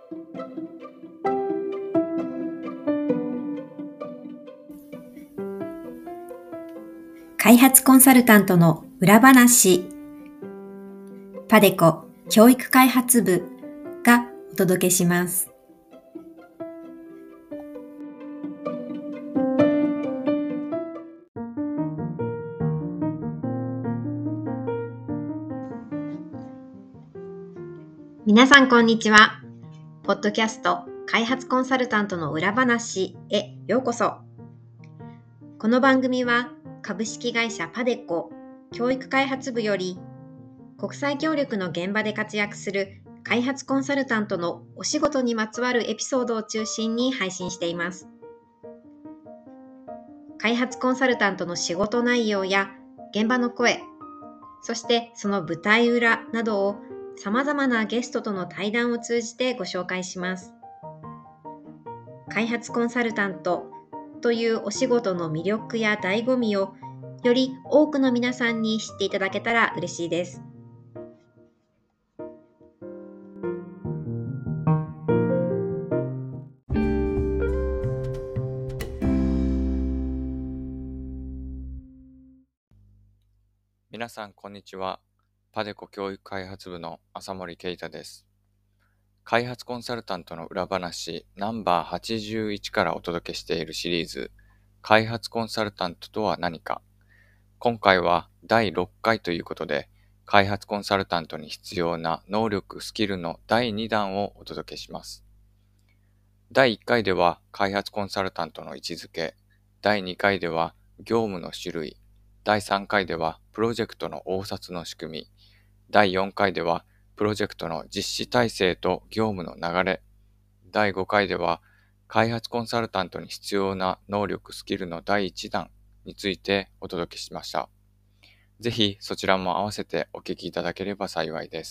開発コンサルタントの裏話、パデコ教育開発部がお届けします。皆さんこんにちは。ポッドキャスト開発コンサルタントの裏話へようこそ。この番組は株式会社パデコ教育開発部より国際協力の現場で活躍する開発コンサルタントのお仕事にまつわるエピソードを中心に配信しています。開発コンサルタントの仕事内容や現場の声、そしてその舞台裏などを様々なゲストとの対談を通じてご紹介します。開発コンサルタントというお仕事の魅力や醍醐味をより多くの皆さんに知っていただけたら嬉しいです。 皆さんこんにちは。パデコ教育開発部の浅森啓太です。開発コンサルタントの裏話ナンバー81からお届けしているシリーズ、開発コンサルタントとは何か。今回は第6回ということで、開発コンサルタントに必要な能力・スキルの第2弾をお届けします。第1回では開発コンサルタントの位置づけ、第2回では業務の種類、第3回ではプロジェクトの応札の仕組み、第4回ではプロジェクトの実施体制と業務の流れ、第5回では開発コンサルタントに必要な能力スキルの第1弾についてお届けしました。ぜひそちらも合わせてお聞きいただければ幸いです。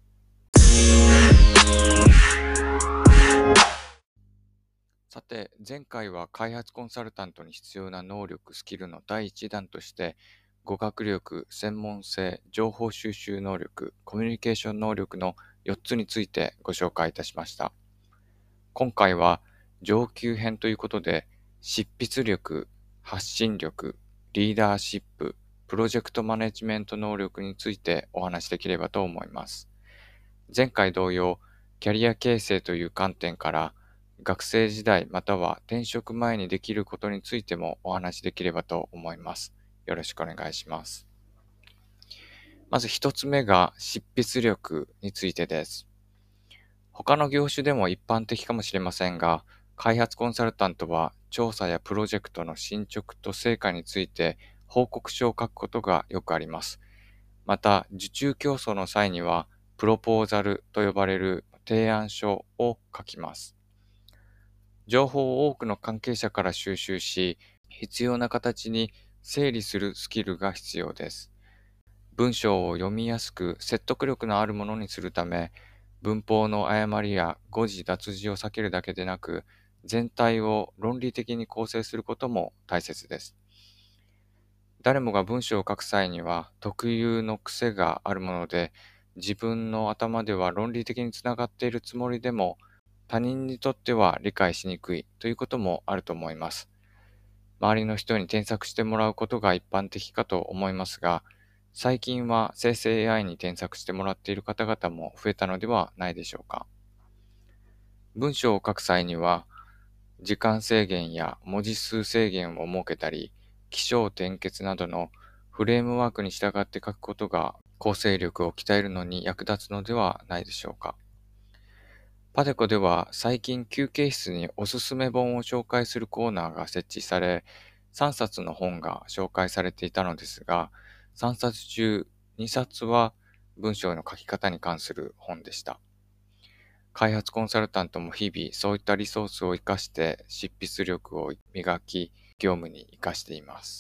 さて、前回は開発コンサルタントに必要な能力スキルの第1弾として語学力、専門性、情報収集能力、コミュニケーション能力の4つについてご紹介いたしました。今回は上級編ということで、執筆力、発信力、リーダーシップ、プロジェクトマネジメント能力についてお話しできればと思います。前回同様、キャリア形成という観点から学生時代または転職前にできることについてもお話しできればと思います。よろしくお願いします。まず一つ目が執筆力についてです。他の業種でも一般的かもしれませんが、開発コンサルタントは調査やプロジェクトの進捗と成果について報告書を書くことがよくあります。また、受注競争の際には、プロポーザルと呼ばれる提案書を書きます。情報を多くの関係者から収集し、必要な形に整理するスキルが必要です。文章を読みやすく説得力のあるものにするため、文法の誤りや誤字脱字を避けるだけでなく、全体を論理的に構成することも大切です。誰もが文章を書く際には特有の癖があるもので、自分の頭では論理的につながっているつもりでも、他人にとっては理解しにくいということもあると思います。周りの人に添削してもらうことが一般的かと思いますが、最近は生成 AI に添削してもらっている方々も増えたのではないでしょうか。文章を書く際には、時間制限や文字数制限を設けたり、起承転結などのフレームワークに従って書くことが構成力を鍛えるのに役立つのではないでしょうか。パデコでは最近休憩室におすすめ本を紹介するコーナーが設置され、3冊の本が紹介されていたのですが、3冊中2冊は文章の書き方に関する本でした。開発コンサルタントも日々そういったリソースを活かして執筆力を磨き、業務に活かしています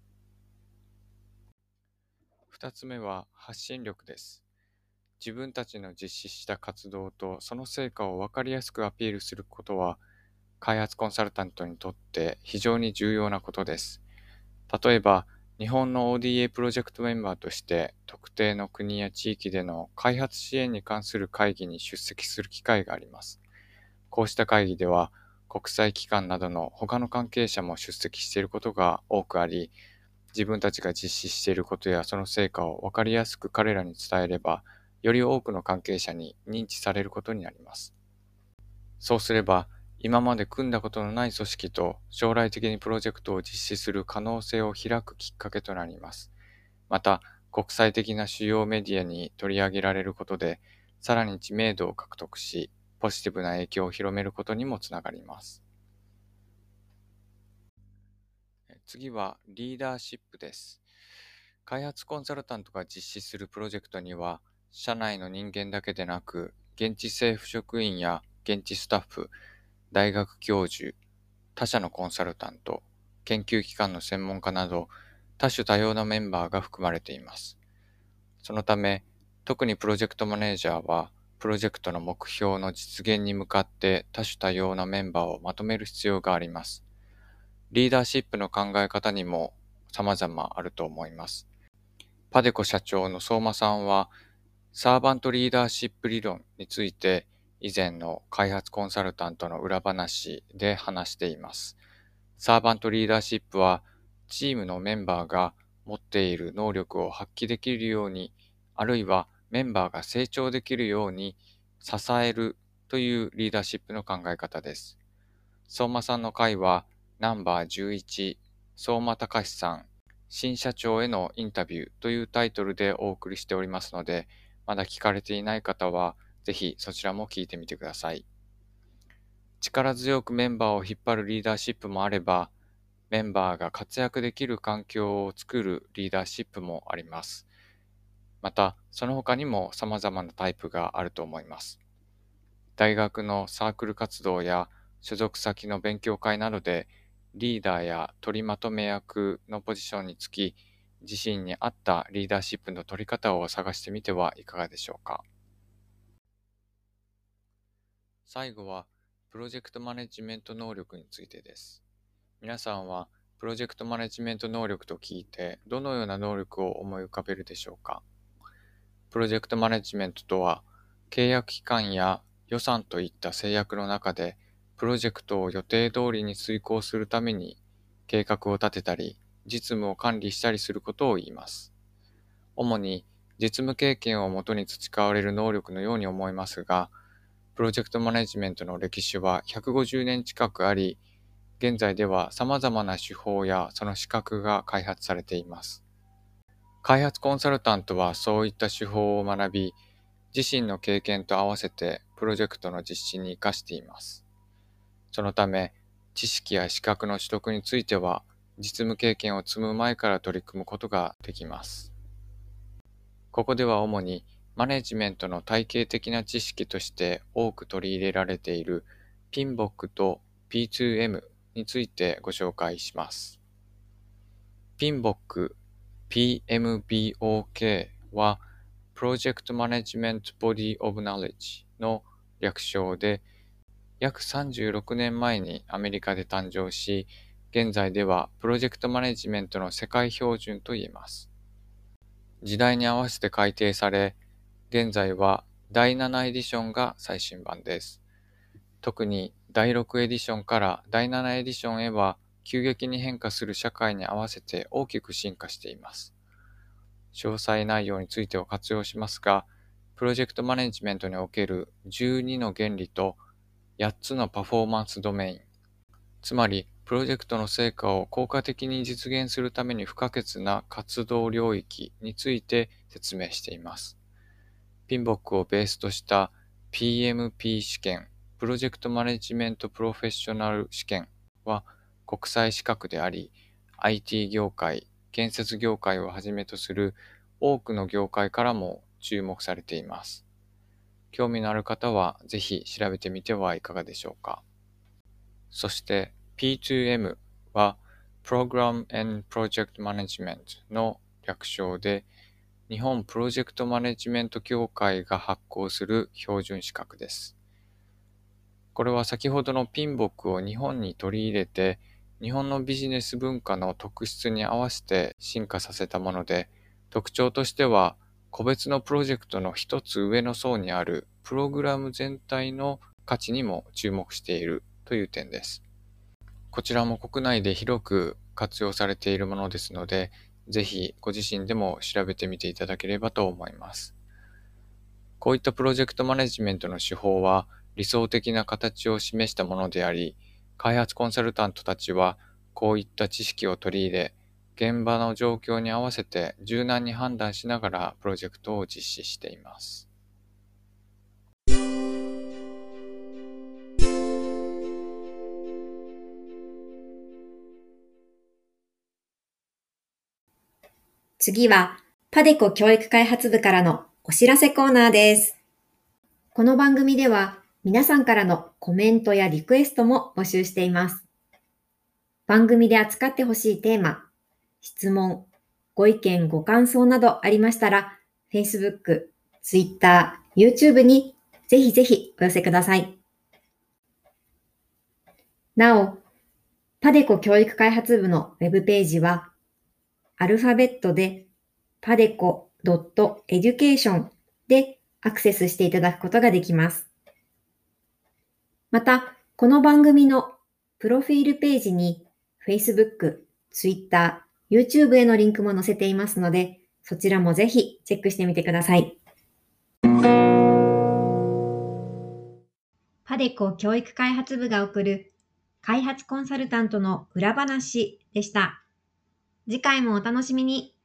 。2つ目は発信力です。自分たちの実施した活動とその成果を分かりやすくアピールすることは、開発コンサルタントにとって非常に重要なことです。例えば、日本の ODA プロジェクトメンバーとして特定の国や地域での開発支援に関する会議に出席する機会があります。 こうした会議では国際機関などの他の関係者も出席していることが多くあり、自分たちが実施していることやその成果を分かりやすく彼らに伝えれば、より多くの関係者に認知されることになります。そうすれば、今まで組んだことのない組織と将来的にプロジェクトを実施する可能性を開くきっかけとなります。また、国際的な主要メディアに取り上げられることで、さらに知名度を獲得し、ポジティブな影響を広めることにもつながります。次はリーダーシップです。開発コンサルタントが実施するプロジェクトには、社内の人間だけでなく、現地政府職員や現地スタッフ、大学教授、他社のコンサルタント、研究機関の専門家など、多種多様なメンバーが含まれています。そのため、特にプロジェクトマネージャーは、プロジェクトの目標の実現に向かって多種多様なメンバーをまとめる必要があります。リーダーシップの考え方にも様々あると思います。パデコ社長の相馬さんは、サーバントリーダーシップ理論について以前の開発コンサルタントの裏話で話しています。サーバントリーダーシップは、チームのメンバーが持っている能力を発揮できるように、あるいはメンバーが成長できるように支えるというリーダーシップの考え方です。相馬さんの回はナンバー11、相馬隆さん、新社長へのインタビューというタイトルでお送りしておりますので、まだ聞かれていない方は、ぜひそちらも聞いてみてください。力強くメンバーを引っ張るリーダーシップもあれば、メンバーが活躍できる環境を作るリーダーシップもあります。また、その他にも様々なタイプがあると思います。大学のサークル活動や所属先の勉強会などで、リーダーや取りまとめ役のポジションにつき、自身に合ったリーダーシップの取り方を探してみてはいかがでしょうか。最後は、プロジェクトマネジメント能力についてです。皆さんは、プロジェクトマネジメント能力と聞いて、どのような能力を思い浮かべるでしょうか。プロジェクトマネジメントとは、契約期間や予算といった制約の中で、プロジェクトを予定通りに遂行するために、計画を立てたり、実務を管理したりすることを言います。主に、実務経験をもとに培われる能力のように思いますが、プロジェクトマネジメントの歴史は150年近くあり、現在では様々な手法やその資格が開発されています。開発コンサルタントはそういった手法を学び、自身の経験と合わせてプロジェクトの実施に活かしています。そのため、知識や資格の取得については、実務経験を積む前から取り組むことができます。ここでは主にマネジメントの体系的な知識として多く取り入れられているピンボックと P2M についてご紹介します。ピンボック PMBOK は Project Management Body of Knowledge の略称で、約36年前にアメリカで誕生し、現在ではプロジェクトマネジメントの世界標準といえます。時代に合わせて改訂され、現在は第7エディションが最新版です。特に第6エディションから第7エディションへは、急激に変化する社会に合わせて大きく進化しています。詳細内容については活用しますが、プロジェクトマネジメントにおける12の原理と8つのパフォーマンスドメイン、つまりプロジェクトの成果を効果的に実現するために不可欠な活動領域について説明しています。ピンボックをベースとした PMP 試験、プロジェクトマネジメントプロフェッショナル試験は国際資格であり、IT 業界、建設業界をはじめとする多くの業界からも注目されています。興味のある方はぜひ調べてみてはいかがでしょうか。そして P2M は Program and Project Management の略称で、日本プロジェクトマネジメント協会が発行する標準資格です。これは先ほどのピンボックを日本に取り入れて、日本のビジネス文化の特質に合わせて進化させたもので、特徴としては、個別のプロジェクトの一つ上の層にあるプログラム全体の価値にも注目しているという点です。こちらも国内で広く活用されているものですので、ぜひご自身でも調べてみていただければと思います。こういったプロジェクトマネジメントの手法は理想的な形を示したものであり、開発コンサルタントたちはこういった知識を取り入れ、現場の状況に合わせて柔軟に判断しながらプロジェクトを実施しています。 次は、パデコ教育開発部からのお知らせコーナーです。この番組では、皆さんからのコメントやリクエストも募集しています。番組で扱ってほしいテーマ、質問、ご意見、ご感想などありましたら、Facebook、Twitter、YouTube にぜひぜひお寄せください。なお、パデコ教育開発部のウェブページは、アルファベットで padeco.education でアクセスしていただくことができます。また、この番組のプロフィールページに Facebook、Twitter、YouTube へのリンクも載せていますので、そちらもぜひチェックしてみてください。パデコ教育開発部が送る開発コンサルタントの裏話でした。次回もお楽しみに。